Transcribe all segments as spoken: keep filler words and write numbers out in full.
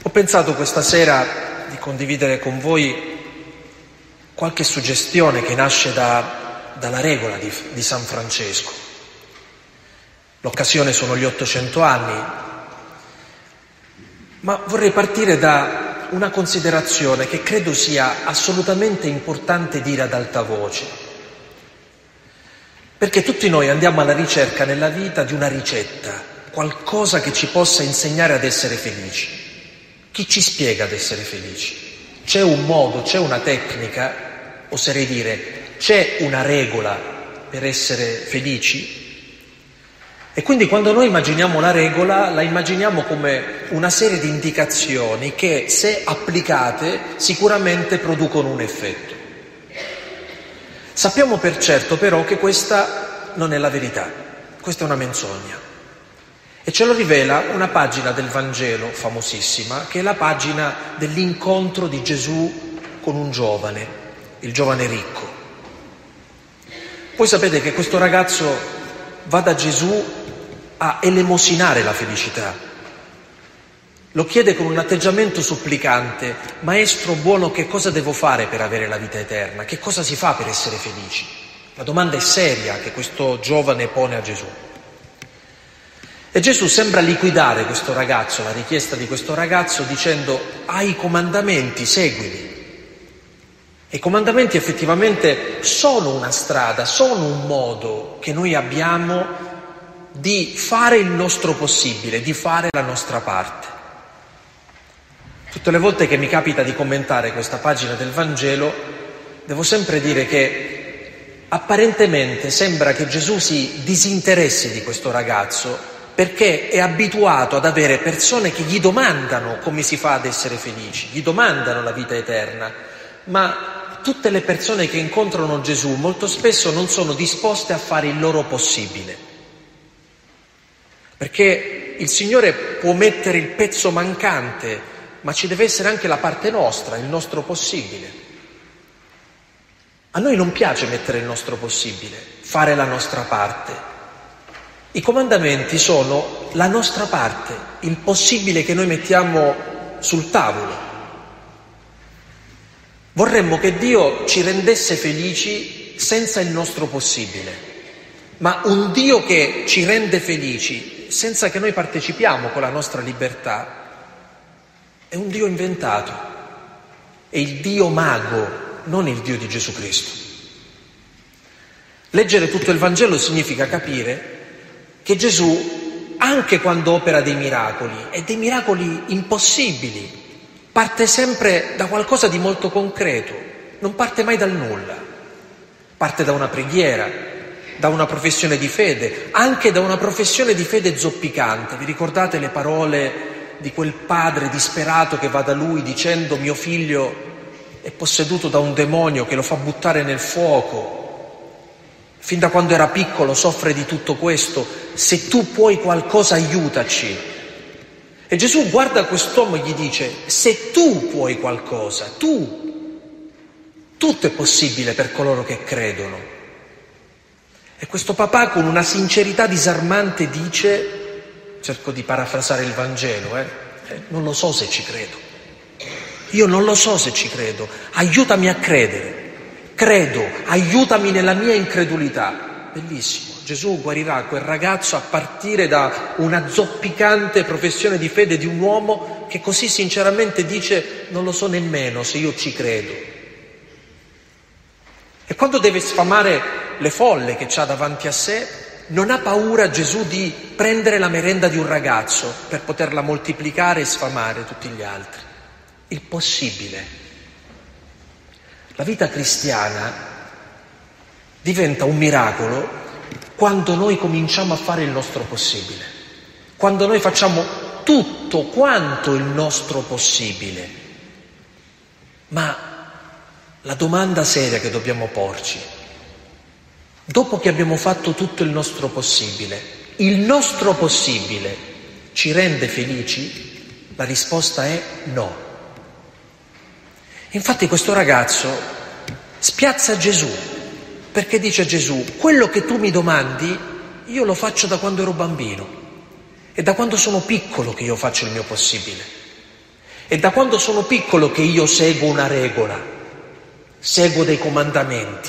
Ho pensato questa sera di condividere con voi qualche suggestione che nasce da, dalla regola di, di San Francesco. L'occasione sono gli ottocento anni, ma vorrei partire da una considerazione che credo sia assolutamente importante dire ad alta voce, perché tutti noi andiamo alla ricerca nella vita di una ricetta, qualcosa che ci possa insegnare ad essere felici. Chi ci spiega ad essere felici? C'è un modo, c'è una tecnica, oserei dire, c'è una regola per essere felici? E quindi quando noi immaginiamo la regola, la immaginiamo come una serie di indicazioni che, se applicate, sicuramente producono un effetto. Sappiamo per certo però che questa non è la verità, questa è una menzogna. E ce lo rivela una pagina del Vangelo famosissima, che è la pagina dell'incontro di Gesù con un giovane, il giovane ricco. Voi sapete che questo ragazzo va da Gesù a elemosinare la felicità. Lo chiede con un atteggiamento supplicante: Maestro buono, che cosa devo fare per avere la vita eterna? Che cosa si fa per essere felici? La domanda è seria che questo giovane pone a Gesù. E Gesù sembra liquidare questo ragazzo, la richiesta di questo ragazzo, dicendo: hai i comandamenti, seguili. E i comandamenti effettivamente sono una strada, sono un modo che noi abbiamo di fare il nostro possibile, di fare la nostra parte. Tutte le volte che mi capita di commentare questa pagina del Vangelo, devo sempre dire che apparentemente sembra che Gesù si disinteressi di questo ragazzo, perché è abituato ad avere persone che gli domandano come si fa ad essere felici, gli domandano la vita eterna, ma tutte le persone che incontrano Gesù molto spesso non sono disposte a fare il loro possibile, perché il Signore può mettere il pezzo mancante, ma ci deve essere anche la parte nostra, il nostro possibile. A noi non piace mettere il nostro possibile, fare la nostra parte. I comandamenti sono la nostra parte, il possibile che noi mettiamo sul tavolo. Vorremmo che Dio ci rendesse felici senza il nostro possibile, ma un Dio che ci rende felici senza che noi partecipiamo con la nostra libertà è un Dio inventato, è il Dio mago, non il Dio di Gesù Cristo. Leggere tutto il Vangelo significa capire che Gesù, anche quando opera dei miracoli, e dei miracoli impossibili, parte sempre da qualcosa di molto concreto, non parte mai dal nulla. Parte da una preghiera, da una professione di fede, anche da una professione di fede zoppicante. Vi ricordate le parole di quel padre disperato che va da lui dicendo: mio figlio è posseduto da un demonio che lo fa buttare nel fuoco, fin da quando era piccolo soffre di tutto questo, se tu puoi qualcosa aiutaci. E Gesù guarda quest'uomo e gli dice: se tu puoi qualcosa, tu, tutto è possibile per coloro che credono. E questo papà con una sincerità disarmante dice, cerco di parafrasare il Vangelo, eh, eh, non lo so se ci credo, io non lo so se ci credo, aiutami a credere. Credo, aiutami nella mia incredulità. Bellissimo. Gesù guarirà quel ragazzo a partire da una zoppicante professione di fede di un uomo che così sinceramente dice: non lo so nemmeno se io ci credo. E quando deve sfamare le folle che c'ha davanti a sé, non ha paura Gesù di prendere la merenda di un ragazzo per poterla moltiplicare e sfamare tutti gli altri. Il possibile. La vita cristiana diventa un miracolo quando noi cominciamo a fare il nostro possibile, quando noi facciamo tutto quanto il nostro possibile. Ma la domanda seria che dobbiamo porci, dopo che abbiamo fatto tutto il nostro possibile, il nostro possibile ci rende felici? La risposta è no. Infatti questo ragazzo spiazza Gesù, perché dice a Gesù: quello che tu mi domandi io lo faccio da quando ero bambino, è da quando sono piccolo che io faccio il mio possibile. È da quando sono piccolo che io seguo una regola, seguo dei comandamenti.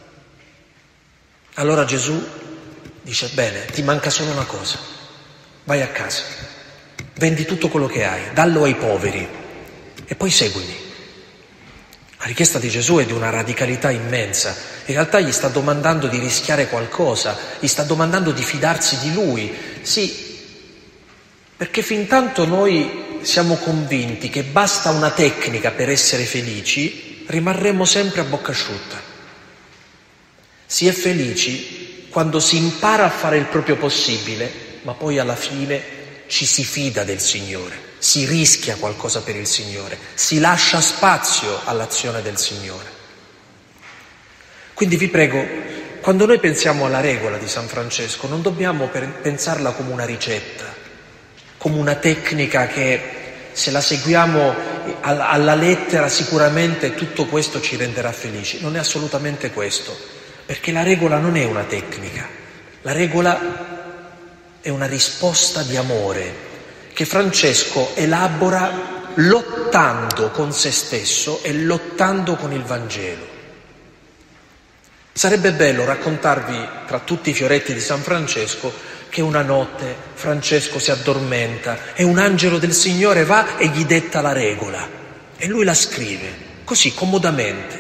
Allora Gesù dice: bene, ti manca solo una cosa, vai a casa, vendi tutto quello che hai, dallo ai poveri e poi seguimi. La richiesta di Gesù è di una radicalità immensa. In realtà gli sta domandando di rischiare qualcosa, gli sta domandando di fidarsi di Lui. Sì, perché fintanto noi siamo convinti che basta una tecnica per essere felici, rimarremo sempre a bocca asciutta. Si è felici quando si impara a fare il proprio possibile, ma poi alla fine ci si fida del Signore. Si rischia qualcosa per il Signore, si lascia spazio all'azione del Signore. Quindi vi prego, quando noi pensiamo alla regola di San Francesco, non dobbiamo pensarla come una ricetta, come una tecnica che se la seguiamo alla lettera sicuramente tutto questo ci renderà felici. Non è assolutamente questo, perché la regola non è una tecnica, la regola è una risposta di amore che Francesco elabora lottando con se stesso e lottando con il Vangelo. Sarebbe bello raccontarvi, tra tutti i fioretti di San Francesco, che una notte Francesco si addormenta e un angelo del Signore va e gli detta la regola e lui la scrive, così comodamente.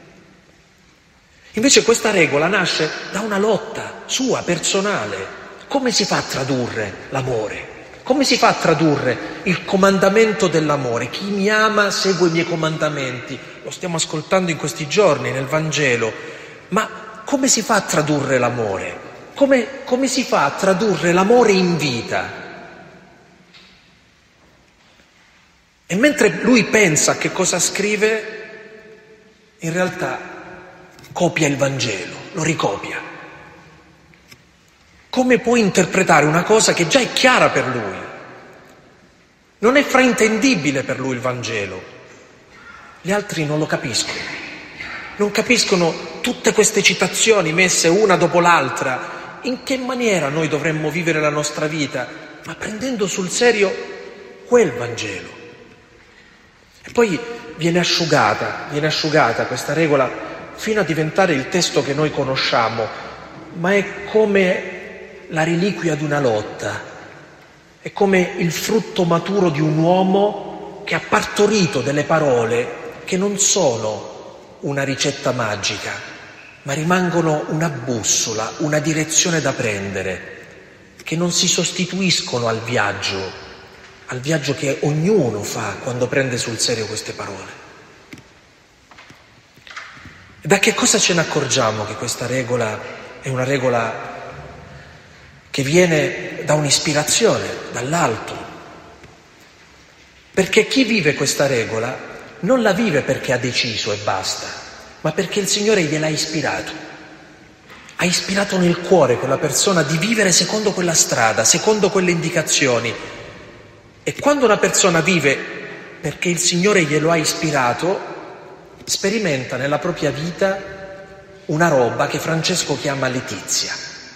Invece questa regola nasce da una lotta sua, personale. Come si fa a tradurre l'amore? Come si fa a tradurre il comandamento dell'amore? Chi mi ama segue i miei comandamenti. Lo stiamo ascoltando in questi giorni nel Vangelo. Ma come si fa a tradurre l'amore? Come, come si fa a tradurre l'amore in vita? E mentre lui pensa a che cosa scrive, in realtà copia il Vangelo, lo ricopia. Come può interpretare una cosa che già è chiara per lui? Non è fraintendibile per lui il Vangelo. Gli altri non lo capiscono. Non capiscono tutte queste citazioni messe una dopo l'altra. In che maniera noi dovremmo vivere la nostra vita? Ma prendendo sul serio quel Vangelo. E poi viene asciugata, viene asciugata questa regola fino a diventare il testo che noi conosciamo, ma è come la reliquia di una lotta, è come il frutto maturo di un uomo che ha partorito delle parole che non sono una ricetta magica, ma rimangono una bussola, una direzione da prendere, che non si sostituiscono al viaggio, al viaggio che ognuno fa quando prende sul serio queste parole. E da che cosa ce ne accorgiamo che questa regola è una regola che viene da un'ispirazione, dall'alto? Perché chi vive questa regola non la vive perché ha deciso e basta, ma perché il Signore gliel'ha ispirato. Ha ispirato nel cuore quella persona di vivere secondo quella strada, secondo quelle indicazioni. E quando una persona vive perché il Signore glielo ha ispirato, sperimenta nella propria vita una roba che Francesco chiama letizia.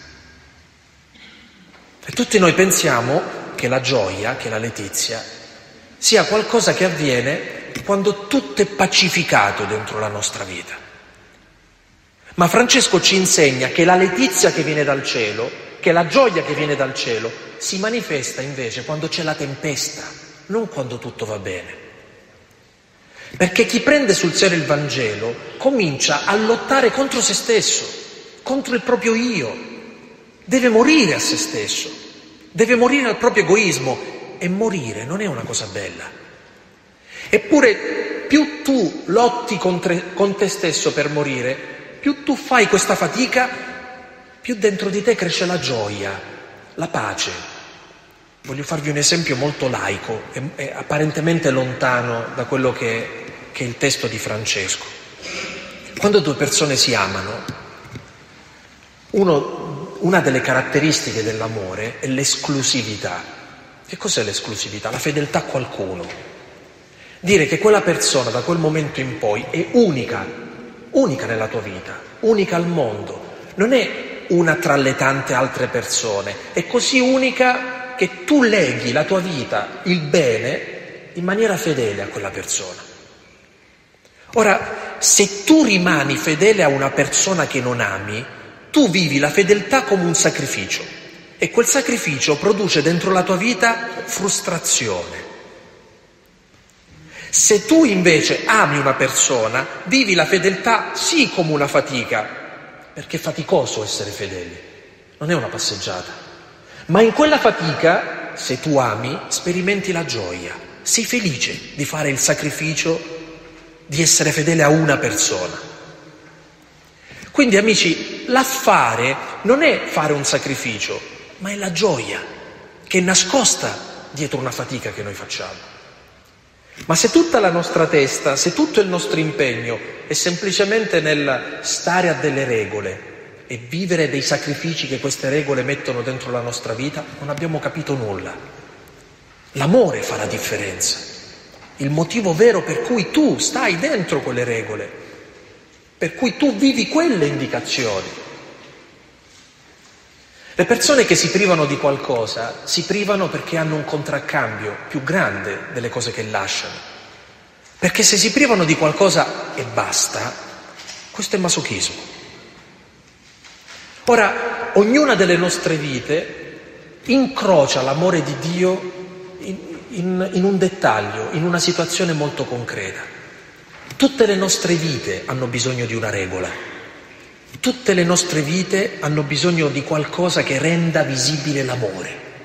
E tutti noi pensiamo che la gioia, che la letizia, sia qualcosa che avviene quando tutto è pacificato dentro la nostra vita. Ma Francesco ci insegna che la letizia che viene dal cielo, che la gioia che viene dal cielo, si manifesta invece quando c'è la tempesta, non quando tutto va bene. Perché chi prende sul serio il Vangelo comincia a lottare contro se stesso, contro il proprio io. Deve morire a se stesso, deve morire al proprio egoismo, e morire non è una cosa bella. Eppure più tu lotti con te stesso per morire, più tu fai questa fatica, più dentro di te cresce la gioia, la pace. Voglio farvi un esempio molto laico e, e apparentemente lontano da quello che, che è il testo di Francesco. Quando due persone si amano, uno, una delle caratteristiche dell'amore è l'esclusività. Che cos'è l'esclusività? La fedeltà a qualcuno. Dire che quella persona da quel momento in poi è unica, unica nella tua vita, unica al mondo. Non è una tra le tante altre persone, è così unica che tu leghi la tua vita, il bene, in maniera fedele a quella persona. Ora, se tu rimani fedele a una persona che non ami, tu vivi la fedeltà come un sacrificio e quel sacrificio produce dentro la tua vita frustrazione. Se tu invece ami una persona, vivi la fedeltà sì come una fatica, perché è faticoso essere fedeli, non è una passeggiata, ma in quella fatica, se tu ami, sperimenti la gioia, sei felice di fare il sacrificio di essere fedele a una persona. Quindi amici, l'affare non è fare un sacrificio, ma è la gioia che è nascosta dietro una fatica che noi facciamo. Ma se tutta la nostra testa, se tutto il nostro impegno è semplicemente nel stare a delle regole e vivere dei sacrifici che queste regole mettono dentro la nostra vita, non abbiamo capito nulla. L'amore fa la differenza, il motivo vero per cui tu stai dentro quelle regole, per cui tu vivi quelle indicazioni. Le persone che si privano di qualcosa si privano perché hanno un contraccambio più grande delle cose che lasciano. Perché se si privano di qualcosa e basta, questo è masochismo. Ora, ognuna delle nostre vite incrocia l'amore di Dio in, in, in un dettaglio, in una situazione molto concreta. Tutte le nostre vite hanno bisogno di una regola. Tutte le nostre vite hanno bisogno di qualcosa che renda visibile l'amore.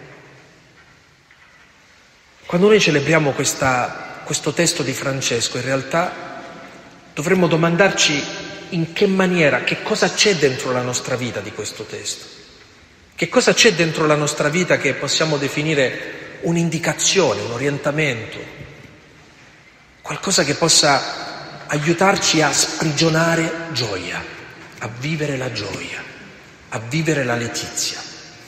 Quando noi celebriamo questa, questo testo di Francesco, in realtà dovremmo domandarci in che maniera, che cosa c'è dentro la nostra vita di questo testo. Che cosa c'è dentro la nostra vita che possiamo definire un'indicazione, un orientamento, qualcosa che possa aiutarci a sprigionare gioia, a vivere la gioia, a vivere la letizia.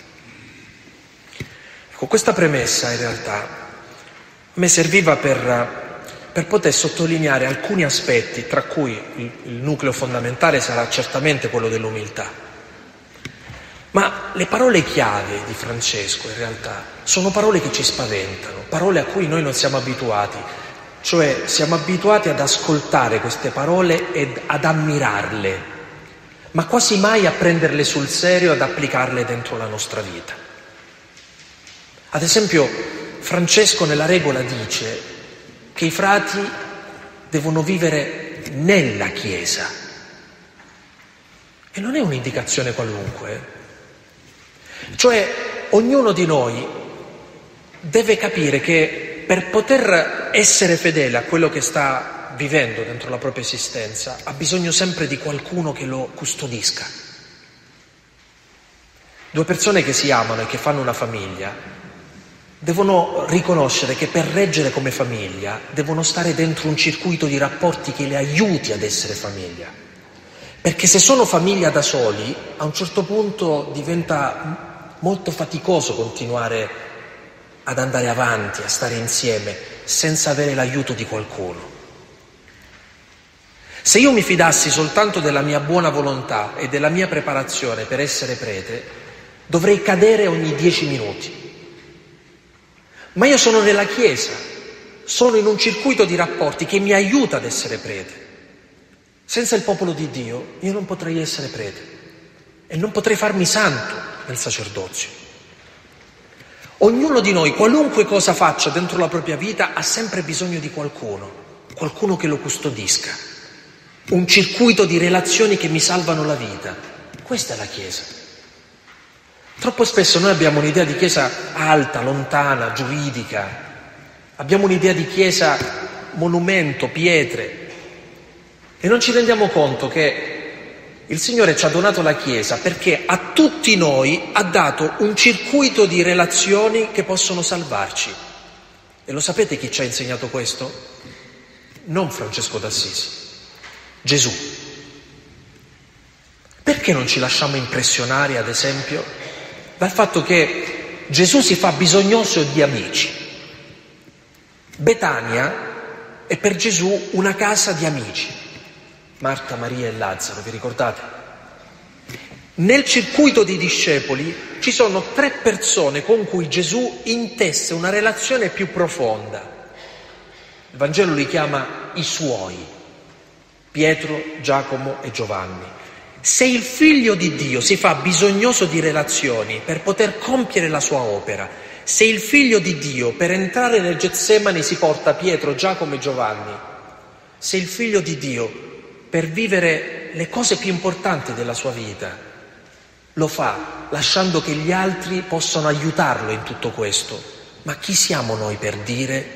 Ecco, questa premessa in realtà a me serviva per, per poter sottolineare alcuni aspetti, tra cui il, il nucleo fondamentale sarà certamente quello dell'umiltà. Ma le parole chiave di Francesco in realtà sono parole che ci spaventano, parole a cui noi non siamo abituati, cioè siamo abituati ad ascoltare queste parole ed ad ammirarle, ma quasi mai a prenderle sul serio, ad applicarle dentro la nostra vita. Ad esempio, Francesco nella regola dice che i frati devono vivere nella Chiesa. E non è un'indicazione qualunque. Cioè, ognuno di noi deve capire che per poter essere fedele a quello che sta vivendo dentro la propria esistenza, ha bisogno sempre di qualcuno che lo custodisca. Due persone che si amano e che fanno una famiglia devono riconoscere che per reggere come famiglia devono stare dentro un circuito di rapporti che le aiuti ad essere famiglia. Perché se sono famiglia da soli, a un certo punto diventa molto faticoso continuare ad andare avanti, a stare insieme, senza avere l'aiuto di qualcuno. Se io mi fidassi soltanto della mia buona volontà e della mia preparazione per essere prete, dovrei cadere ogni dieci minuti. Ma io sono nella Chiesa, sono in un circuito di rapporti che mi aiuta ad essere prete. Senza il popolo di Dio io non potrei essere prete e non potrei farmi santo nel sacerdozio. Ognuno di noi, qualunque cosa faccia dentro la propria vita, ha sempre bisogno di qualcuno, qualcuno che lo custodisca. Un circuito di relazioni che mi salvano la vita. Questa è la Chiesa. Troppo spesso noi abbiamo un'idea di Chiesa alta, lontana, giuridica. Abbiamo un'idea di Chiesa monumento, pietre. E non ci rendiamo conto che il Signore ci ha donato la Chiesa perché a tutti noi ha dato un circuito di relazioni che possono salvarci. E lo sapete chi ci ha insegnato questo? Non Francesco d'Assisi. Gesù. Perché non ci lasciamo impressionare, ad esempio, dal fatto che Gesù si fa bisognoso di amici? Betania è per Gesù una casa di amici. Marta, Maria e Lazzaro, vi ricordate? Nel circuito di discepoli ci sono tre persone con cui Gesù intesse una relazione più profonda. Il Vangelo li chiama i suoi, Pietro, Giacomo e Giovanni. Se il Figlio di Dio si fa bisognoso di relazioni per poter compiere la sua opera, se il Figlio di Dio per entrare nel Getsemani si porta Pietro, Giacomo e Giovanni, se il Figlio di Dio per vivere le cose più importanti della sua vita lo fa lasciando che gli altri possano aiutarlo in tutto questo, ma chi siamo noi per dire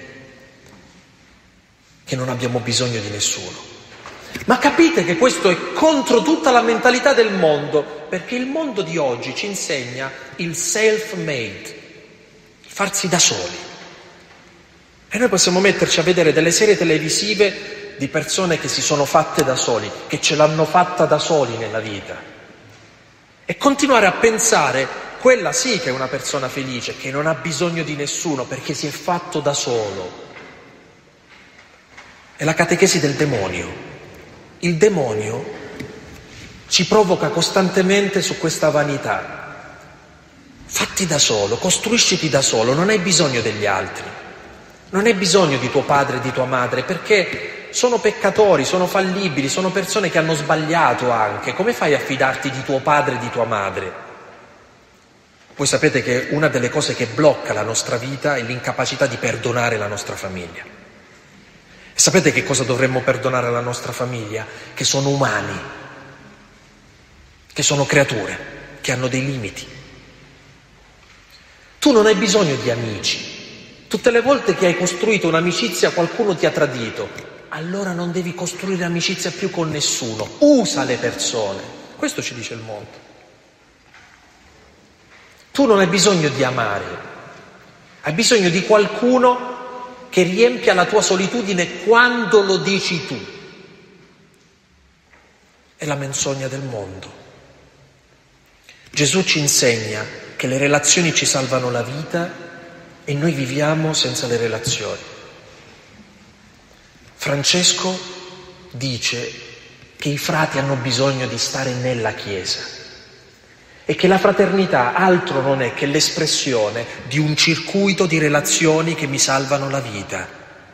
che non abbiamo bisogno di nessuno? Ma capite che questo è contro tutta la mentalità del mondo, perché il mondo di oggi ci insegna il self-made, farsi da soli. E noi possiamo metterci a vedere delle serie televisive di persone che si sono fatte da soli, che ce l'hanno fatta da soli nella vita, e continuare a pensare, quella sì che è una persona felice, che non ha bisogno di nessuno perché si è fatto da solo. È la catechesi del demonio. Il demonio ci provoca costantemente su questa vanità. Fatti da solo, costruisciti da solo, non hai bisogno degli altri, non hai bisogno di tuo padre e di tua madre, perché sono peccatori, sono fallibili, sono persone che hanno sbagliato anche. Come fai a fidarti di tuo padre e di tua madre? Voi sapete che una delle cose che blocca la nostra vita è l'incapacità di perdonare la nostra famiglia. E sapete che cosa dovremmo perdonare alla nostra famiglia? Che sono umani, che sono creature, che hanno dei limiti. Tu non hai bisogno di amici. Tutte le volte che hai costruito un'amicizia qualcuno ti ha tradito, allora non devi costruire amicizia più con nessuno. Usa le persone. Questo ci dice il mondo. Tu non hai bisogno di amare, hai bisogno di qualcuno che riempia la tua solitudine quando lo dici tu. È la menzogna del mondo. Gesù ci insegna che le relazioni ci salvano la vita e noi viviamo senza le relazioni. Francesco dice che i frati hanno bisogno di stare nella Chiesa e che la fraternità altro non è che l'espressione di un circuito di relazioni che mi salvano la vita.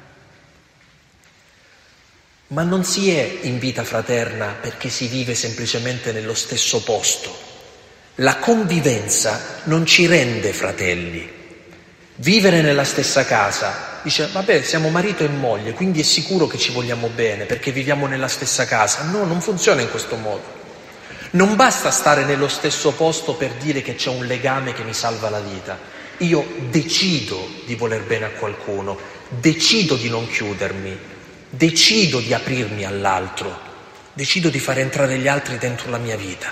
Ma non si è in vita fraterna perché si vive semplicemente nello stesso posto. La convivenza non ci rende fratelli. Vivere nella stessa casa, dice, vabbè, siamo marito e moglie, quindi è sicuro che ci vogliamo bene perché viviamo nella stessa casa. No, non funziona in questo modo. Non basta stare nello stesso posto per dire che c'è un legame che mi salva la vita. Io decido di voler bene a qualcuno, decido di non chiudermi, decido di aprirmi all'altro, decido di far entrare gli altri dentro la mia vita.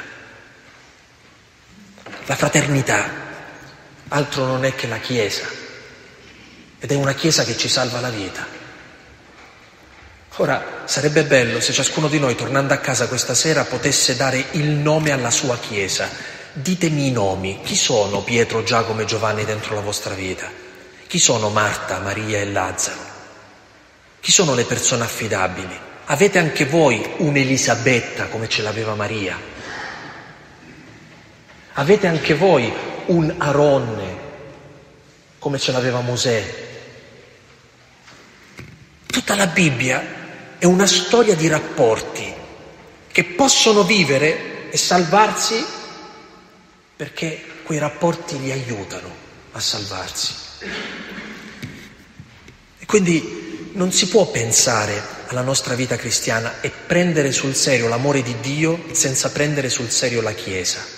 La fraternità altro non è che la Chiesa, ed è una Chiesa che ci salva la vita. Ora, sarebbe bello se ciascuno di noi, tornando a casa questa sera, potesse dare il nome alla sua Chiesa. Ditemi i nomi. Chi sono Pietro, Giacomo e Giovanni dentro la vostra vita? Chi sono Marta, Maria e Lazzaro? Chi sono le persone affidabili? Avete anche voi un'Elisabetta come ce l'aveva Maria? Avete anche voi un Aronne come ce l'aveva Mosè? Tutta la Bibbia è una storia di rapporti che possono vivere e salvarsi perché quei rapporti li aiutano a salvarsi. E quindi non si può pensare alla nostra vita cristiana e prendere sul serio l'amore di Dio senza prendere sul serio la Chiesa.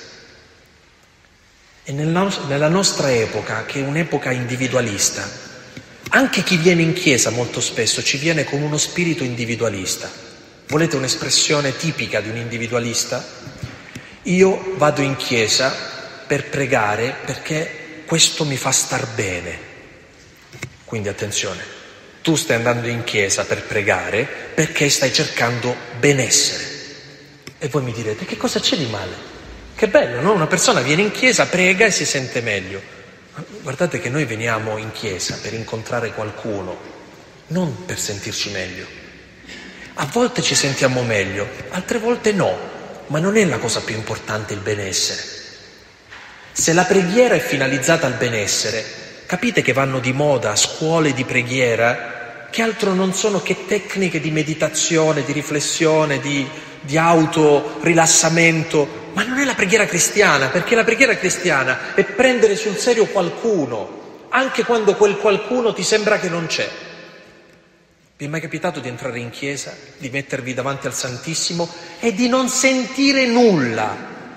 E nella nostra epoca, che è un'epoca individualista, anche chi viene in chiesa molto spesso ci viene con uno spirito individualista. Volete un'espressione tipica di un individualista? Io vado in chiesa per pregare perché questo mi fa star bene. Quindi attenzione, tu stai andando in chiesa per pregare perché stai cercando benessere. E voi mi direte, che cosa c'è di male? Che bello, no? Una persona viene in chiesa, prega e si sente meglio. Guardate che noi veniamo in chiesa per incontrare qualcuno, non per sentirci meglio. A volte ci sentiamo meglio, altre volte no, ma non è la cosa più importante il benessere. Se la preghiera è finalizzata al benessere, capite che vanno di moda scuole di preghiera che altro non sono che tecniche di meditazione, di riflessione, di, di autorilassamento, ma non è la preghiera cristiana, perché la preghiera cristiana è prendere sul serio qualcuno, anche quando quel qualcuno ti sembra che non c'è. Vi è mai capitato di entrare in chiesa, di mettervi davanti al Santissimo e di non sentire nulla?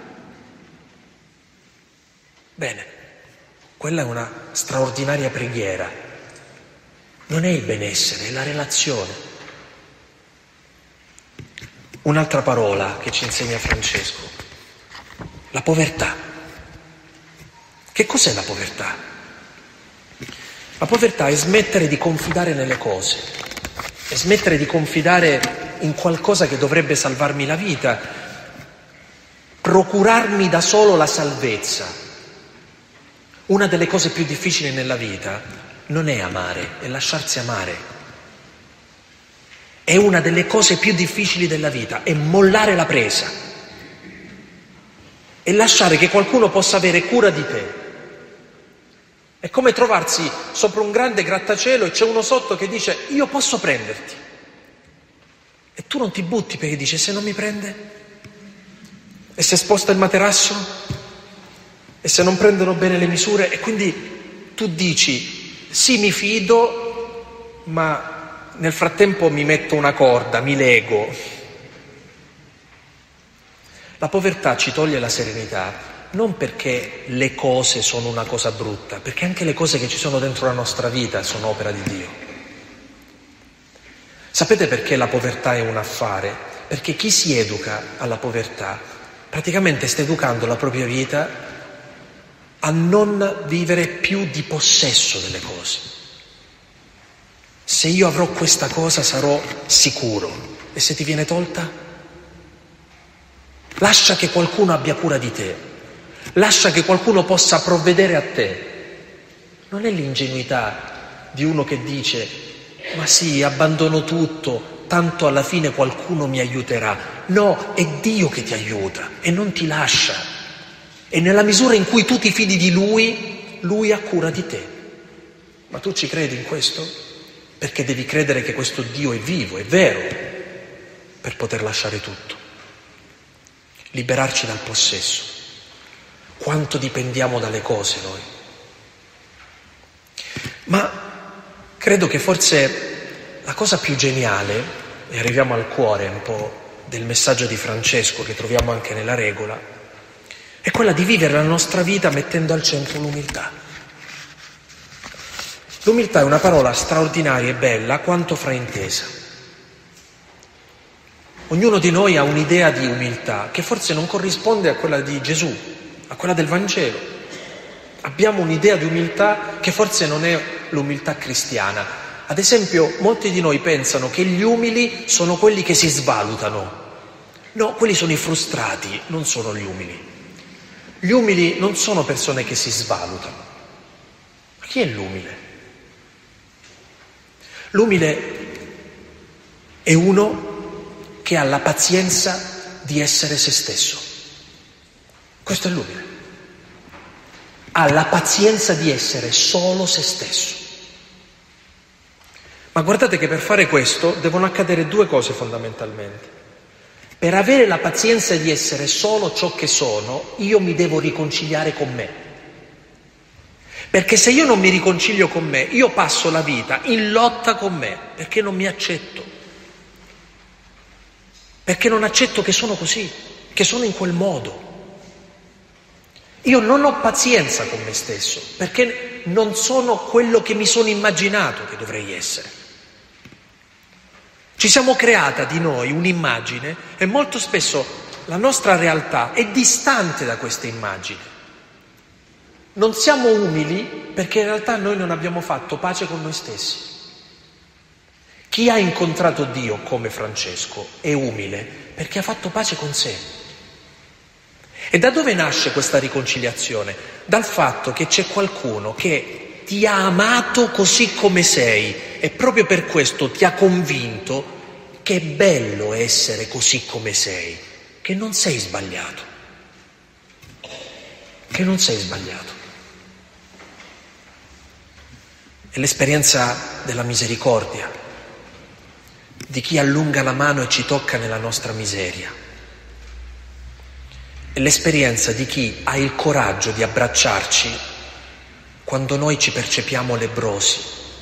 Bene, quella è una straordinaria preghiera. Non è il benessere, è la relazione. Un'altra parola che ci insegna Francesco, la povertà. Che cos'è la povertà? La povertà è smettere di confidare nelle cose, è smettere di confidare in qualcosa che dovrebbe salvarmi la vita, procurarmi da solo la salvezza. Una delle cose più difficili nella vita non è amare, è lasciarsi amare. È una delle cose più difficili della vita, è mollare la presa e lasciare che qualcuno possa avere cura di te. È come trovarsi sopra un grande grattacielo e c'è uno sotto che dice: io posso prenderti. E tu non ti butti perché dici: se non mi prende? E se sposta il materasso? E se non prendono bene le misure? E quindi tu dici: sì, mi fido, ma nel frattempo mi metto una corda, mi lego. La povertà ci toglie la serenità, non perché le cose sono una cosa brutta, perché anche le cose che ci sono dentro la nostra vita sono opera di Dio. Sapete perché la povertà è un affare? Perché chi si educa alla povertà praticamente sta educando la propria vita a non vivere più di possesso delle cose. Se io avrò questa cosa sarò sicuro, e se ti viene tolta? Lascia che qualcuno abbia cura di te, lascia che qualcuno possa provvedere a te. Non è l'ingenuità di uno che dice: ma sì, abbandono tutto, tanto alla fine qualcuno mi aiuterà. No, è Dio che ti aiuta e non ti lascia. E nella misura in cui tu ti fidi di Lui, Lui ha cura di te. Ma tu ci credi in questo? Perché devi credere che questo Dio è vivo, è vero, per poter lasciare tutto. Liberarci dal possesso. Quanto dipendiamo dalle cose noi. Ma credo che forse la cosa più geniale, e arriviamo al cuore un po' del messaggio di Francesco che troviamo anche nella regola, è quella di vivere la nostra vita mettendo al centro l'umiltà. L'umiltà è una parola straordinaria e bella quanto fraintesa. Ognuno di noi ha un'idea di umiltà che forse non corrisponde a quella di Gesù, a quella del Vangelo. Abbiamo un'idea di umiltà che forse non è l'umiltà cristiana. Ad esempio, molti di noi pensano che gli umili sono quelli che si svalutano. No, quelli sono i frustrati, non sono gli umili. Gli umili non sono persone che si svalutano. Ma chi è l'umile? L'umile è uno che ha la pazienza di essere se stesso. Questo è l'umile. Ha la pazienza di essere solo se stesso. Ma guardate che per fare questo devono accadere due cose fondamentalmente. Per avere la pazienza di essere solo ciò che sono, io mi devo riconciliare con me. Perché se io non mi riconcilio con me, io passo la vita in lotta con me, perché non mi accetto. Perché non accetto che sono così, che sono in quel modo. Io non ho pazienza con me stesso, perché non sono quello che mi sono immaginato che dovrei essere. Ci siamo creata di noi un'immagine e molto spesso la nostra realtà è distante da questa immagine. Non siamo umili perché in realtà noi non abbiamo fatto pace con noi stessi. Chi ha incontrato Dio come Francesco è umile perché ha fatto pace con sé. E da dove nasce questa riconciliazione? Dal fatto che c'è qualcuno che ti ha amato così come sei e proprio per questo ti ha convinto che è bello essere così come sei, che non sei sbagliato, che non sei sbagliato. È l'esperienza della misericordia, di chi allunga la mano e ci tocca nella nostra miseria. È l'esperienza di chi ha il coraggio di abbracciarci quando noi ci percepiamo lebbrosi.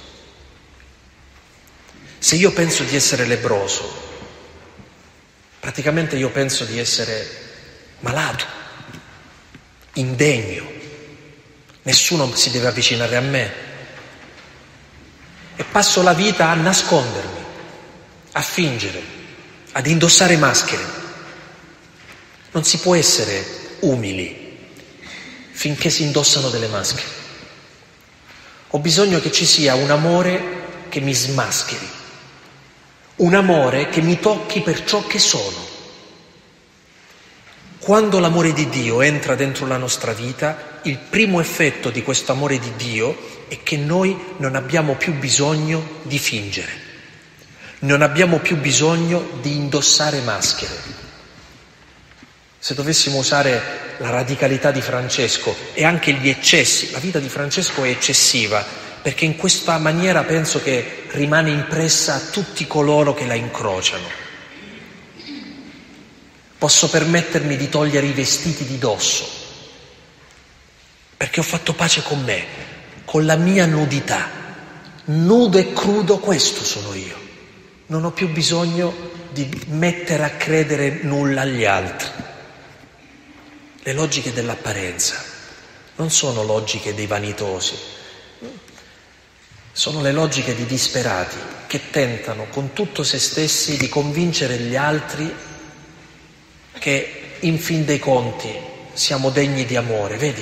Se io penso di essere lebbroso, praticamente io penso di essere malato, indegno, nessuno si deve avvicinare a me e passo la vita a nascondermi, a fingere, ad indossare maschere. Non si può essere umili finché si indossano delle maschere. Ho bisogno che ci sia un amore che mi smascheri, un amore che mi tocchi per ciò che sono. Quando l'amore di Dio entra dentro la nostra vita, il primo effetto di questo amore di Dio è che noi non abbiamo più bisogno di fingere, non abbiamo più bisogno di indossare maschere. Se dovessimo usare la radicalità di Francesco e anche gli eccessi, la vita di Francesco è eccessiva, perché in questa maniera penso che rimane impressa a tutti coloro che la incrociano. Posso permettermi di togliere i vestiti di dosso, perché ho fatto pace con me, con la mia nudità. Nudo e crudo, questo sono io. Non ho più bisogno di mettere a credere nulla agli altri. Le logiche dell'apparenza non sono logiche dei vanitosi, sono le logiche di disperati che tentano con tutto se stessi di convincere gli altri che in fin dei conti siamo degni di amore. Vedi?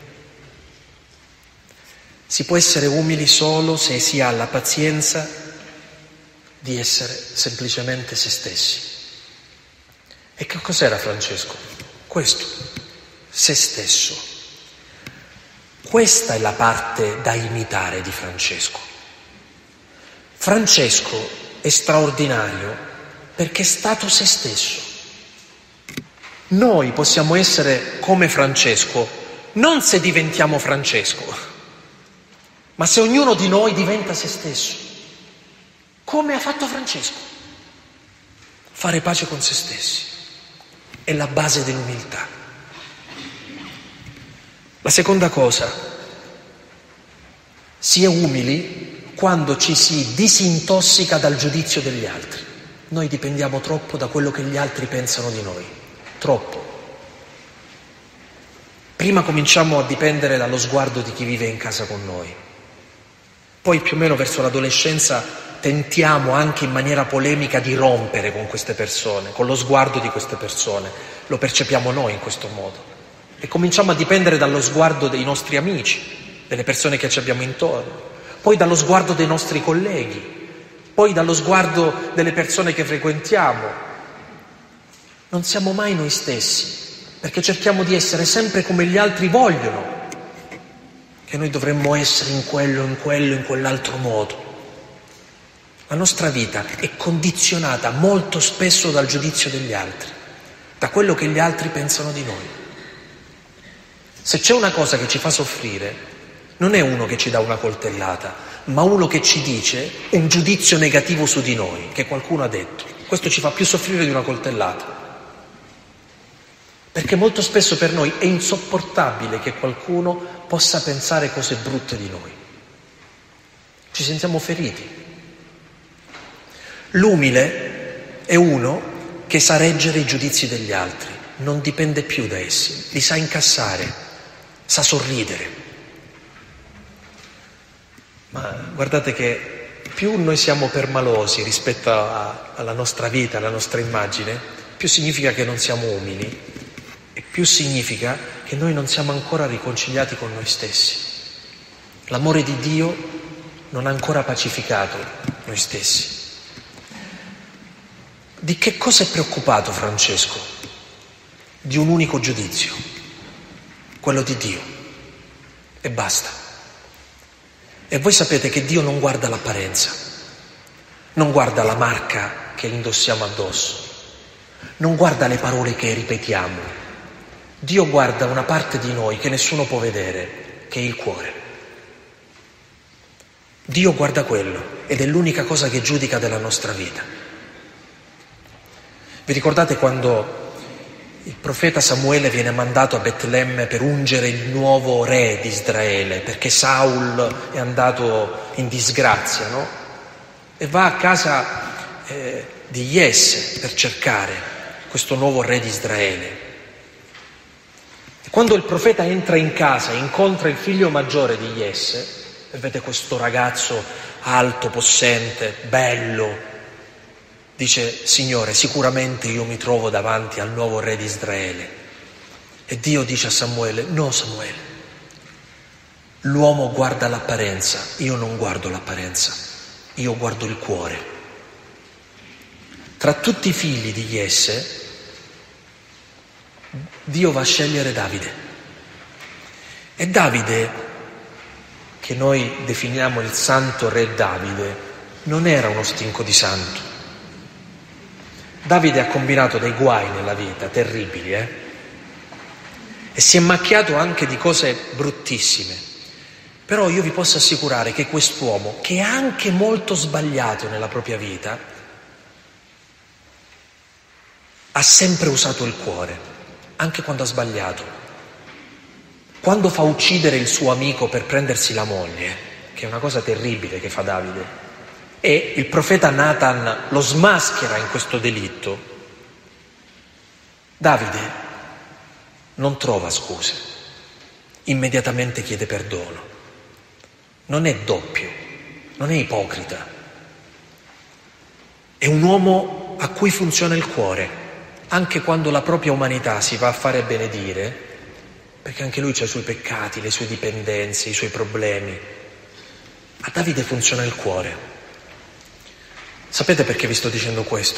Si può essere umili solo se si ha la pazienza di essere semplicemente se stessi. E che cos'era Francesco? Questo. Se stesso. Questa è la parte da imitare di Francesco. Francesco è straordinario perché è stato se stesso. Noi possiamo essere come Francesco non se diventiamo Francesco, ma se ognuno di noi diventa se stesso, come ha fatto Francesco. Fare pace con se stessi è la base dell'umiltà. La seconda cosa, si è umili quando ci si disintossica dal giudizio degli altri. Noi dipendiamo troppo da quello che gli altri pensano di noi, troppo. Prima cominciamo a dipendere dallo sguardo di chi vive in casa con noi, poi più o meno verso l'adolescenza tentiamo anche in maniera polemica di rompere con queste persone, con lo sguardo di queste persone, lo percepiamo noi in questo modo. E cominciamo a dipendere dallo sguardo dei nostri amici, delle persone che ci abbiamo intorno, poi dallo sguardo dei nostri colleghi, poi dallo sguardo delle persone che frequentiamo. Non siamo mai noi stessi, perché cerchiamo di essere sempre come gli altri vogliono, che noi dovremmo essere in quello, in quello, in quell'altro modo. La nostra vita è condizionata molto spesso dal giudizio degli altri, da quello che gli altri pensano di noi. Se c'è una cosa che ci fa soffrire, non è uno che ci dà una coltellata, ma uno che ci dice un giudizio negativo su di noi, che qualcuno ha detto. Questo ci fa più soffrire di una coltellata. Perché molto spesso per noi è insopportabile che qualcuno possa pensare cose brutte di noi. Ci sentiamo feriti. L'umile è uno che sa reggere i giudizi degli altri, non dipende più da essi, li sa incassare. Sa sorridere. Ma guardate che più noi siamo permalosi rispetto a, alla nostra vita, alla nostra immagine, più significa che non siamo umili e più significa che noi non siamo ancora riconciliati con noi stessi. L'amore di Dio non ha ancora pacificato noi stessi. Di che cosa è preoccupato Francesco? Di un unico giudizio, quello di Dio, e basta. E voi sapete che Dio non guarda l'apparenza, non guarda la marca che indossiamo addosso, non guarda le parole che ripetiamo. Dio guarda una parte di noi che nessuno può vedere, che è il cuore. Dio guarda quello ed è l'unica cosa che giudica della nostra vita. Vi ricordate quando il profeta Samuele viene mandato a Betlemme per ungere il nuovo re di Israele, perché Saul è andato in disgrazia, no? E va a casa eh, di Jesse per cercare questo nuovo re di Israele. E quando il profeta entra in casa e incontra il figlio maggiore di Jesse, e vede questo ragazzo alto, possente, bello, dice: Signore, sicuramente io mi trovo davanti al nuovo re di Israele. E Dio dice a Samuele: no Samuele, l'uomo guarda l'apparenza, io non guardo l'apparenza, io guardo il cuore. Tra tutti i figli di Jesse, Dio va a scegliere Davide. E Davide, che noi definiamo il santo re Davide, non era uno stinco di santo. Davide ha combinato dei guai nella vita, terribili, eh? E si è macchiato anche di cose bruttissime. Però io vi posso assicurare che quest'uomo, che ha anche molto sbagliato nella propria vita, ha sempre usato il cuore, anche quando ha sbagliato. Quando fa uccidere il suo amico per prendersi la moglie, che è una cosa terribile che fa Davide, e il profeta Nathan lo smaschera in questo delitto, Davide non trova scuse, immediatamente chiede perdono. Non è doppio, non è ipocrita, è un uomo a cui funziona il cuore, anche quando la propria umanità si va a fare benedire, perché anche lui ha i suoi peccati, le sue dipendenze, i suoi problemi. A Davide funziona il cuore. Sapete perché vi sto dicendo questo?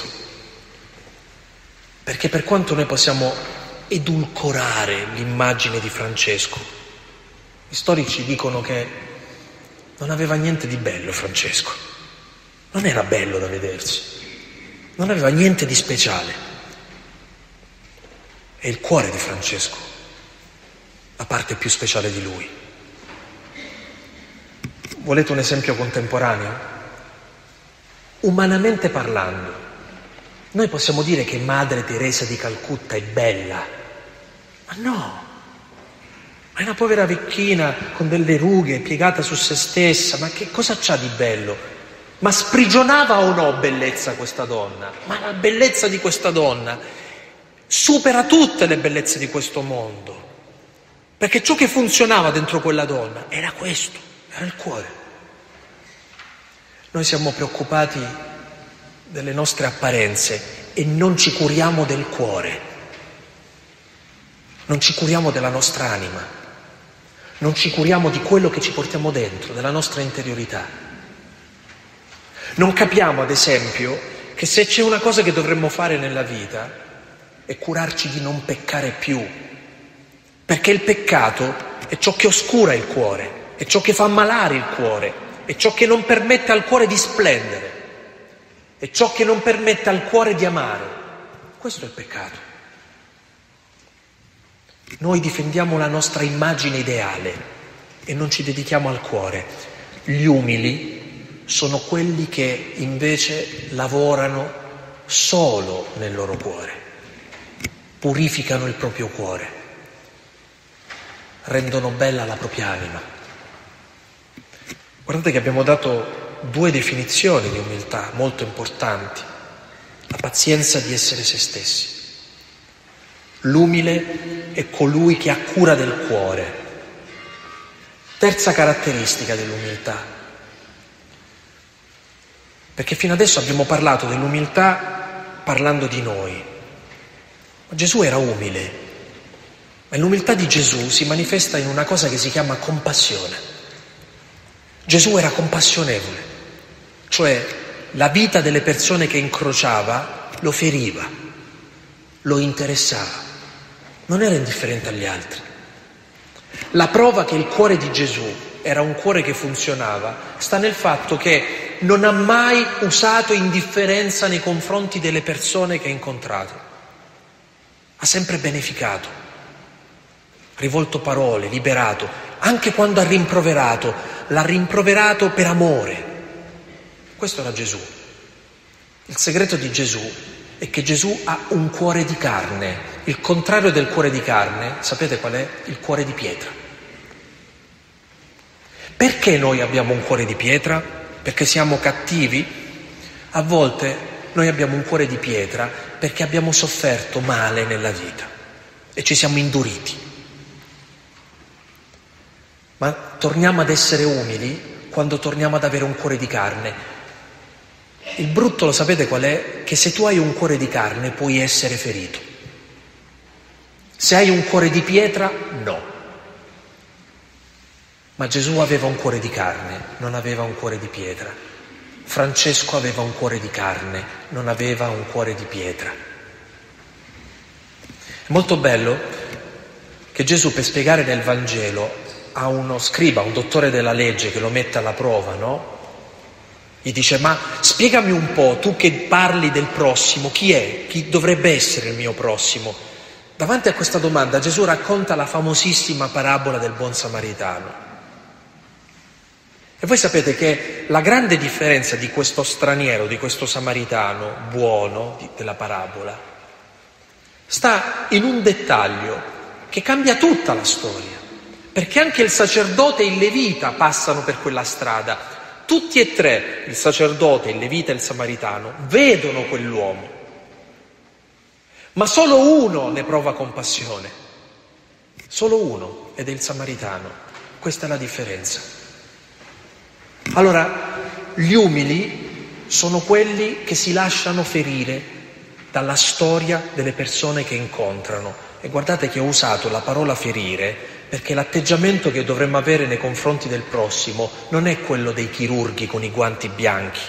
Perché per quanto noi possiamo edulcorare l'immagine di Francesco, gli storici dicono che non aveva niente di bello Francesco, non era bello da vedersi, non aveva niente di speciale. È il cuore di Francesco la parte più speciale di lui. Volete un esempio contemporaneo? Umanamente parlando, noi possiamo dire che Madre Teresa di Calcutta è bella, ma no, è una povera vecchina con delle rughe, piegata su se stessa, ma che cosa c'ha di bello? Ma sprigionava o no bellezza questa donna? Ma la bellezza di questa donna supera tutte le bellezze di questo mondo, perché ciò che funzionava dentro quella donna era questo, era il cuore. Noi siamo preoccupati delle nostre apparenze e non ci curiamo del cuore, non ci curiamo della nostra anima, non ci curiamo di quello che ci portiamo dentro, della nostra interiorità. Non capiamo, ad esempio, che se c'è una cosa che dovremmo fare nella vita è curarci di non peccare più, perché il peccato è ciò che oscura il cuore, è ciò che fa ammalare il cuore, è ciò che non permette al cuore di splendere, è ciò che non permette al cuore di amare. Questo è il peccato. Noi difendiamo la nostra immagine ideale e non ci dedichiamo al cuore. Gli umili sono quelli che invece lavorano solo nel loro cuore, purificano il proprio cuore, rendono bella la propria anima. Guardate che abbiamo dato due definizioni di umiltà molto importanti: la pazienza di essere se stessi. L'umile è colui che ha cura del cuore. Terza caratteristica dell'umiltà, perché fino adesso abbiamo parlato dell'umiltà parlando di noi, ma Gesù era umile, ma l'umiltà di Gesù si manifesta in una cosa che si chiama compassione. Gesù era compassionevole, cioè la vita delle persone che incrociava lo feriva, lo interessava, non era indifferente agli altri. La prova che il cuore di Gesù era un cuore che funzionava sta nel fatto che non ha mai usato indifferenza nei confronti delle persone che ha incontrato, ha sempre beneficato, rivolto parole, liberato, anche quando ha rimproverato, l'ha rimproverato per amore. Questo era Gesù. Il segreto di Gesù è che Gesù ha un cuore di carne. Il contrario del cuore di carne, sapete qual è? Il cuore di pietra. Perché noi abbiamo un cuore di pietra? Perché siamo cattivi? A volte noi abbiamo un cuore di pietra perché abbiamo sofferto male nella vita e ci siamo induriti. Ma torniamo ad essere umili quando torniamo ad avere un cuore di carne. Il brutto, lo sapete qual è? Che se tu hai un cuore di carne puoi essere ferito. Se hai un cuore di pietra, no. Ma Gesù aveva un cuore di carne, non aveva un cuore di pietra. Francesco aveva un cuore di carne, non aveva un cuore di pietra. È molto bello che Gesù, per spiegare nel Vangelo, ha uno scriba, un dottore della legge che lo mette alla prova, no? Gli dice: ma spiegami un po', tu che parli del prossimo, chi è? Chi dovrebbe essere il mio prossimo? Davanti a questa domanda Gesù racconta la famosissima parabola del buon samaritano. E voi sapete che la grande differenza di questo straniero, di questo samaritano buono di, della parabola, sta in un dettaglio che cambia tutta la storia. Perché anche il sacerdote e il levita passano per quella strada. Tutti e tre, il sacerdote, il levita e il samaritano, vedono quell'uomo. Ma solo uno ne prova compassione. Solo uno, ed è il samaritano. Questa è la differenza. Allora, gli umili sono quelli che si lasciano ferire dalla storia delle persone che incontrano. E guardate che ho usato la parola ferire perché l'atteggiamento che dovremmo avere nei confronti del prossimo non è quello dei chirurghi con i guanti bianchi,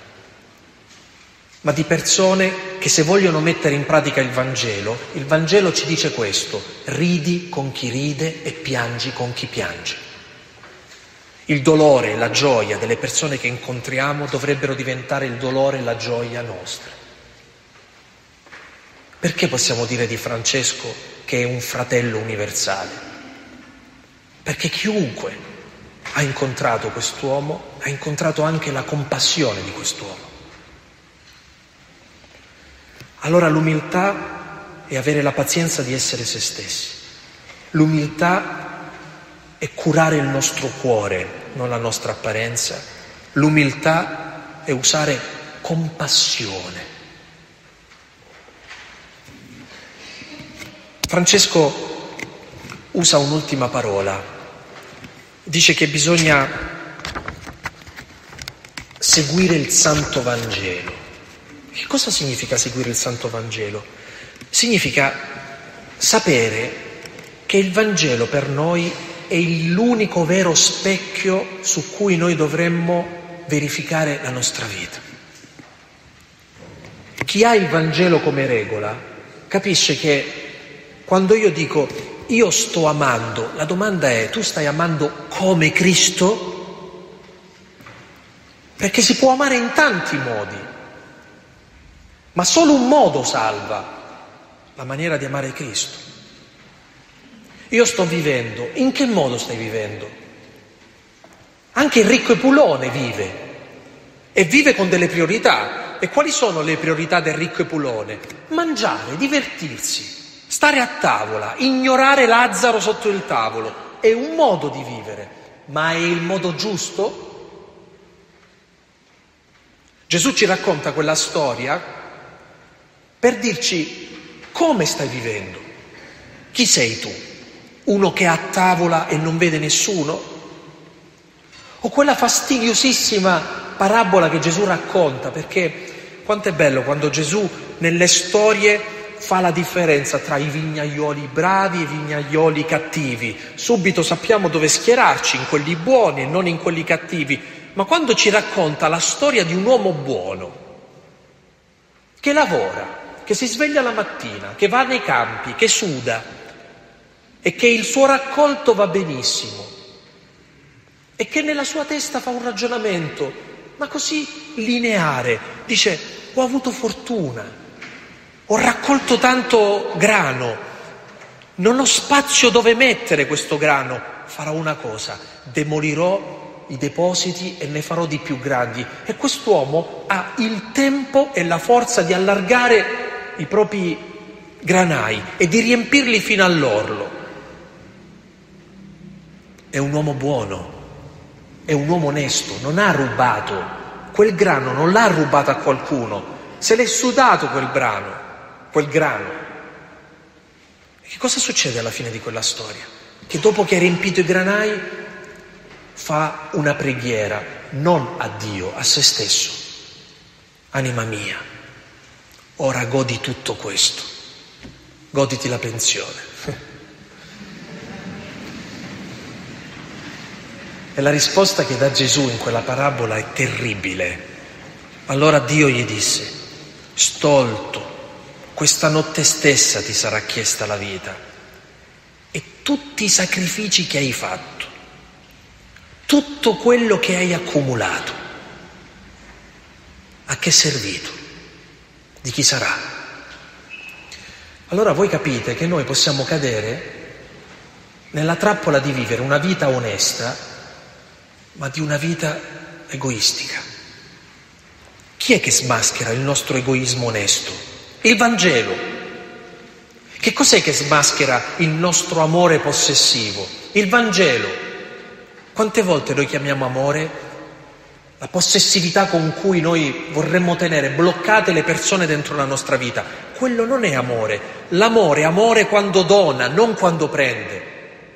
ma di persone che, se vogliono mettere in pratica il Vangelo, il Vangelo ci dice questo: ridi con chi ride e piangi con chi piange. Il dolore e la gioia delle persone che incontriamo dovrebbero diventare il dolore e la gioia nostra. Perché possiamo dire di Francesco che è un fratello universale? Perché chiunque ha incontrato quest'uomo ha incontrato anche la compassione di quest'uomo. Allora l'umiltà è avere la pazienza di essere se stessi. L'umiltà è curare il nostro cuore, non la nostra apparenza. L'umiltà è usare compassione. Francesco usa un'ultima parola. Dice che bisogna seguire il Santo Vangelo. Che cosa significa seguire il Santo Vangelo? Significa sapere che il Vangelo per noi è l'unico vero specchio su cui noi dovremmo verificare la nostra vita. Chi ha il Vangelo come regola capisce che quando io dico io sto amando, la domanda è: tu stai amando come Cristo? Perché si può amare in tanti modi, ma solo un modo salva: la maniera di amare Cristo. Io sto vivendo, in che modo stai vivendo? Anche il ricco Epulone vive, e vive con delle priorità. E quali sono le priorità del ricco Epulone? Mangiare, divertirsi, stare a tavola, ignorare Lazzaro sotto il tavolo. È un modo di vivere, ma è il modo giusto? Gesù ci racconta quella storia per dirci come stai vivendo. Chi sei tu? Uno che è a tavola e non vede nessuno? O quella fastidiosissima parabola che Gesù racconta? Perché quanto è bello quando Gesù nelle storie fa la differenza tra i vignaioli bravi e i vignaioli cattivi. Subito sappiamo dove schierarci, in quelli buoni e non in quelli cattivi. Ma quando ci racconta la storia di un uomo buono, che lavora, che si sveglia la mattina, che va nei campi, che suda e che il suo raccolto va benissimo e che nella sua testa fa un ragionamento, ma così lineare, dice: ho avuto fortuna, ho raccolto tanto grano, non ho spazio dove mettere questo grano, farò una cosa, demolirò i depositi e ne farò di più grandi. E quest'uomo ha il tempo e la forza di allargare i propri granai e di riempirli fino all'orlo. È un uomo buono, è un uomo onesto, non ha rubato. Quel grano non l'ha rubato a qualcuno, se l'è sudato quel brano, quel grano. E che cosa succede alla fine di quella storia? Che dopo che ha riempito i granai fa una preghiera, non a Dio, a se stesso. Anima mia, ora godi tutto questo, goditi la pensione. E la risposta che dà Gesù in quella parabola è terribile. Allora Dio gli disse: stolto, questa notte stessa ti sarà chiesta la vita, e tutti i sacrifici che hai fatto, tutto quello che hai accumulato, a che è servito? Di chi sarà? Allora voi capite che noi possiamo cadere nella trappola di vivere una vita onesta, ma di una vita egoistica. Chi è che smaschera il nostro egoismo onesto? Il Vangelo. Che cos'è che smaschera il nostro amore possessivo? Il Vangelo. Quante volte noi chiamiamo amore la possessività con cui noi vorremmo tenere bloccate le persone dentro la nostra vita? Quello non è amore. L'amore è amore quando dona, non quando prende.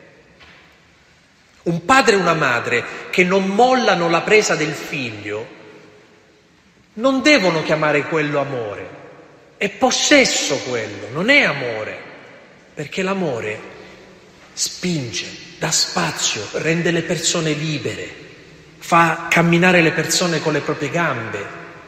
Un padre e una madre che non mollano la presa del figlio non devono chiamare quello amore. È possesso quello, non è amore. Perché l'amore spinge, dà spazio, rende le persone libere, fa camminare le persone con le proprie gambe.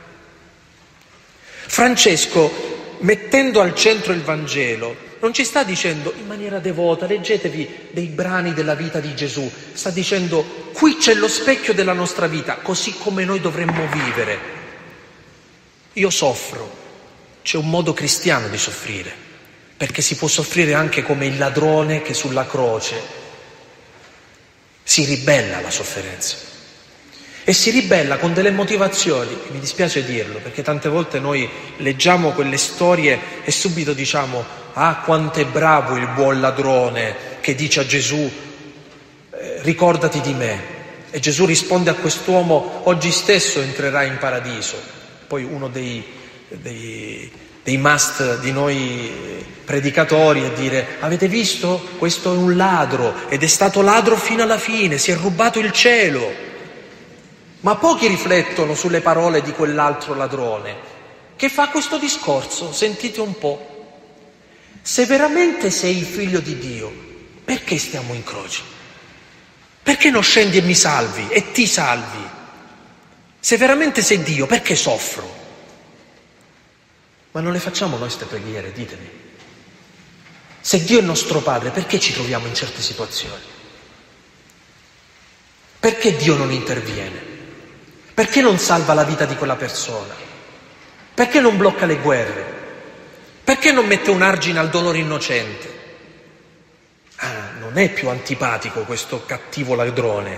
Francesco, mettendo al centro il Vangelo, non ci sta dicendo in maniera devota, leggetevi dei brani della vita di Gesù, sta dicendo qui c'è lo specchio della nostra vita, così come noi dovremmo vivere. Io soffro, c'è un modo cristiano di soffrire, perché si può soffrire anche come il ladrone che sulla croce si ribella alla sofferenza. E si ribella con delle motivazioni, mi dispiace dirlo, perché tante volte noi leggiamo quelle storie e subito diciamo: ah, quanto è bravo il buon ladrone che dice a Gesù eh, ricordati di me. E Gesù risponde a quest'uomo: oggi stesso entrerai in paradiso. Poi uno dei, dei, dei must di noi predicatori è dire: avete visto? Questo è un ladro ed è stato ladro fino alla fine, si è rubato il cielo. Ma pochi riflettono sulle parole di quell'altro ladrone che fa questo discorso. Sentite un po'. Se veramente sei il figlio di Dio, perché stiamo in croce? Perché non scendi e mi salvi e ti salvi? Se veramente sei Dio, perché soffro? Ma non le facciamo noi queste preghiere, ditemi. Se Dio è nostro Padre, perché ci troviamo in certe situazioni? Perché Dio non interviene? Perché non salva la vita di quella persona? Perché non blocca le guerre? Perché non mette un argine al dolore innocente? Ah, non è più antipatico questo cattivo ladrone.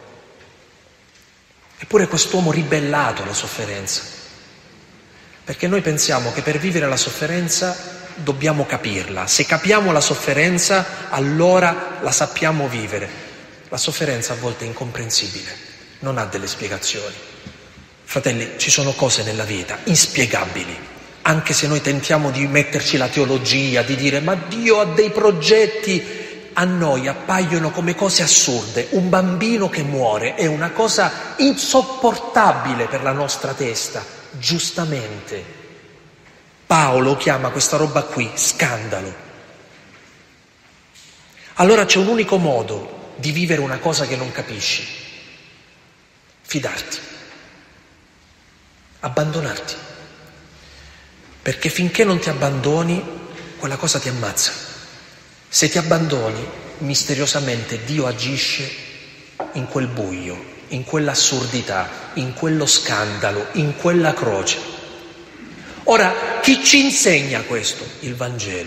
Eppure quest'uomo ribellato alla sofferenza. Perché noi pensiamo che per vivere la sofferenza dobbiamo capirla. Se capiamo la sofferenza, allora la sappiamo vivere. La sofferenza a volte è incomprensibile, non ha delle spiegazioni. Fratelli, ci sono cose nella vita inspiegabili, anche se noi tentiamo di metterci la teologia, di dire ma Dio ha dei progetti, a noi appaiono come cose assurde. Un bambino che muore è una cosa insopportabile per la nostra testa, giustamente. Paolo chiama questa roba qui scandalo. Allora c'è un unico modo di vivere una cosa che non capisci: fidarti. Abbandonarti, perché finché non ti abbandoni quella cosa ti ammazza. Se ti abbandoni, misteriosamente Dio agisce in quel buio, in quell'assurdità, in quello scandalo, in quella croce. Ora, chi ci insegna questo? Il Vangelo.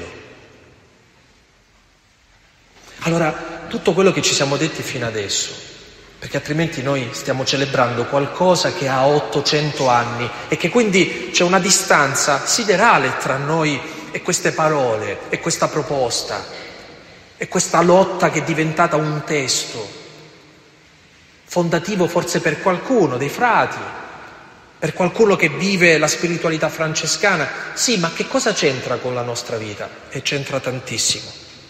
Allora, tutto quello che ci siamo detti fino adesso, perché altrimenti noi stiamo celebrando qualcosa che ha ottocento anni e che quindi c'è una distanza siderale tra noi e queste parole e questa proposta e questa lotta che è diventata un testo fondativo forse per qualcuno, dei frati, per qualcuno che vive la spiritualità francescana. Sì, ma che cosa c'entra con la nostra vita? E c'entra tantissimo.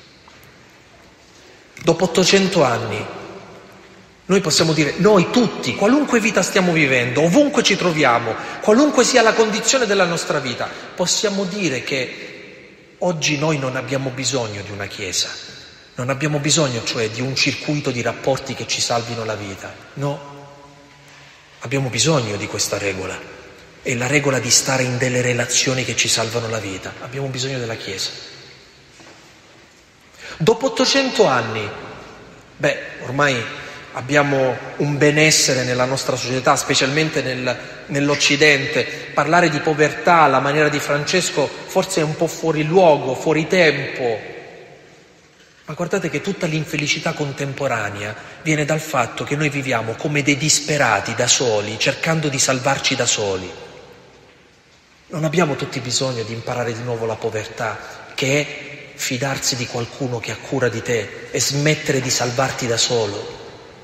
Dopo ottocento anni noi possiamo dire, noi tutti, qualunque vita stiamo vivendo, ovunque ci troviamo, qualunque sia la condizione della nostra vita, possiamo dire che oggi noi non abbiamo bisogno di una chiesa, non abbiamo bisogno cioè di un circuito di rapporti che ci salvino la vita. No, abbiamo bisogno di questa regola, è la regola di stare in delle relazioni che ci salvano la vita, abbiamo bisogno della chiesa. Dopo ottocento anni, beh, ormai abbiamo un benessere nella nostra società, specialmente nel, nell'Occidente. Parlare di povertà alla maniera di Francesco forse è un po' fuori luogo, fuori tempo. Ma guardate che tutta l'infelicità contemporanea viene dal fatto che noi viviamo come dei disperati da soli, cercando di salvarci da soli. Non abbiamo tutti bisogno di imparare di nuovo la povertà, che è fidarsi di qualcuno che ha cura di te e smettere di salvarti da solo.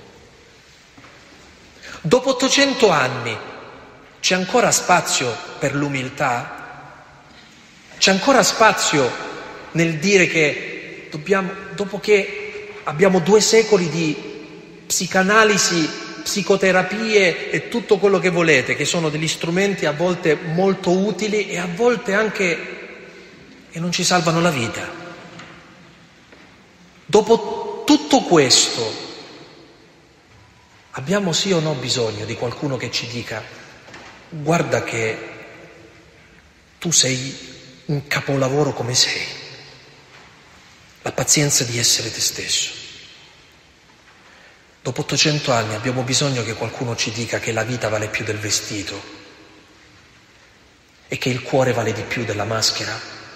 Dopo ottocento anni c'è ancora spazio per l'umiltà? C'è ancora spazio nel dire che dobbiamo, dopo che abbiamo due secoli di psicanalisi, psicoterapie e tutto quello che volete, che sono degli strumenti a volte molto utili e a volte anche che non ci salvano la vita. Dopo tutto questo, abbiamo sì o no bisogno di qualcuno che ci dica: guarda che tu sei un capolavoro come sei, la pazienza di essere te stesso. Dopo ottocento anni abbiamo bisogno che qualcuno ci dica che la vita vale più del vestito e che il cuore vale di più della maschera.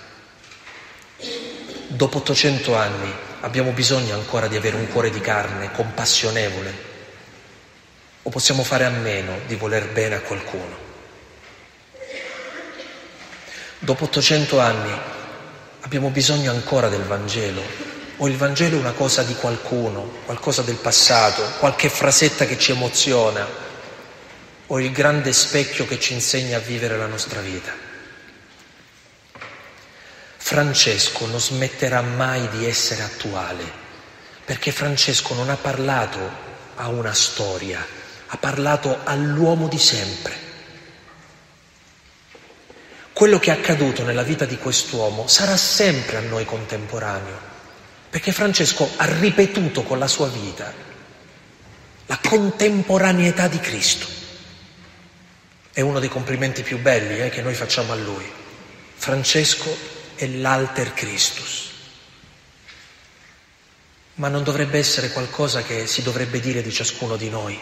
Dopo ottocento anni abbiamo bisogno ancora di avere un cuore di carne, compassionevole. O possiamo fare a meno di voler bene a qualcuno? Dopo ottocento anni abbiamo bisogno ancora del Vangelo? O il Vangelo è una cosa di qualcuno, qualcosa del passato, qualche frasetta che ci emoziona? O il grande specchio che ci insegna a vivere la nostra vita? Francesco non smetterà mai di essere attuale, perché Francesco non ha parlato a una storia, ha parlato all'uomo di sempre. Quello che è accaduto nella vita di quest'uomo sarà sempre a noi contemporaneo, perché Francesco ha ripetuto con la sua vita la contemporaneità di Cristo. È uno dei complimenti più belli eh, che noi facciamo a lui. Francesco è l'alter Christus. Ma non dovrebbe essere qualcosa che si dovrebbe dire di ciascuno di noi.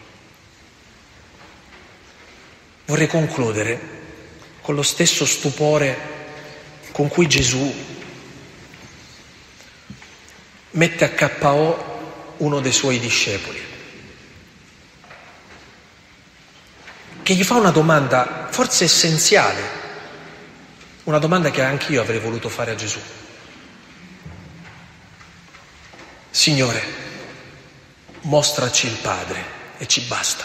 Vorrei concludere con lo stesso stupore con cui Gesù mette a K O uno dei suoi discepoli, che gli fa una domanda forse essenziale, una domanda che anch'io avrei voluto fare a Gesù. Signore, mostraci il Padre e ci basta.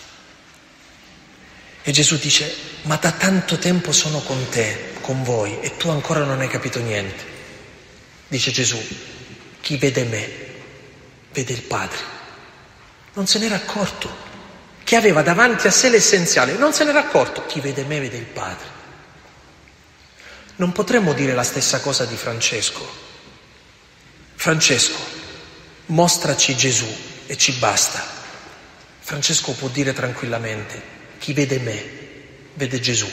E Gesù dice: ma da tanto tempo sono con te, con voi, e tu ancora non hai capito niente. Dice Gesù: chi vede me, vede il Padre. Non se n'era accorto. Chi aveva davanti a sé l'essenziale, non se n'era accorto. Chi vede me, vede il Padre. Non potremmo dire la stessa cosa di Francesco. Francesco, mostraci Gesù e ci basta. Francesco può dire tranquillamente: chi vede me, vede Gesù.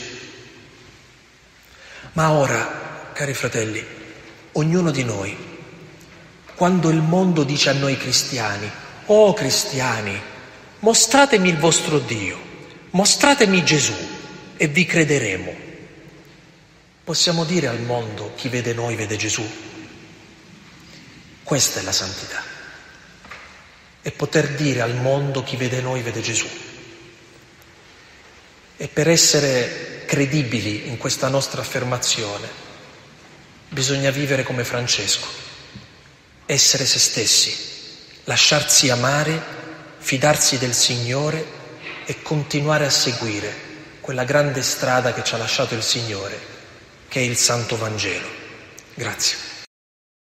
Ma ora, cari fratelli, ognuno di noi, quando il mondo dice a noi cristiani: oh cristiani, mostratemi il vostro Dio, mostratemi Gesù e vi crederemo, possiamo dire al mondo: chi vede noi vede Gesù? Questa è la santità. e poter dire al mondo: chi vede noi vede Gesù. E per essere credibili in questa nostra affermazione bisogna vivere come Francesco, essere se stessi, lasciarsi amare, fidarsi del Signore e continuare a seguire quella grande strada che ci ha lasciato il Signore, che è il Santo Vangelo. Grazie.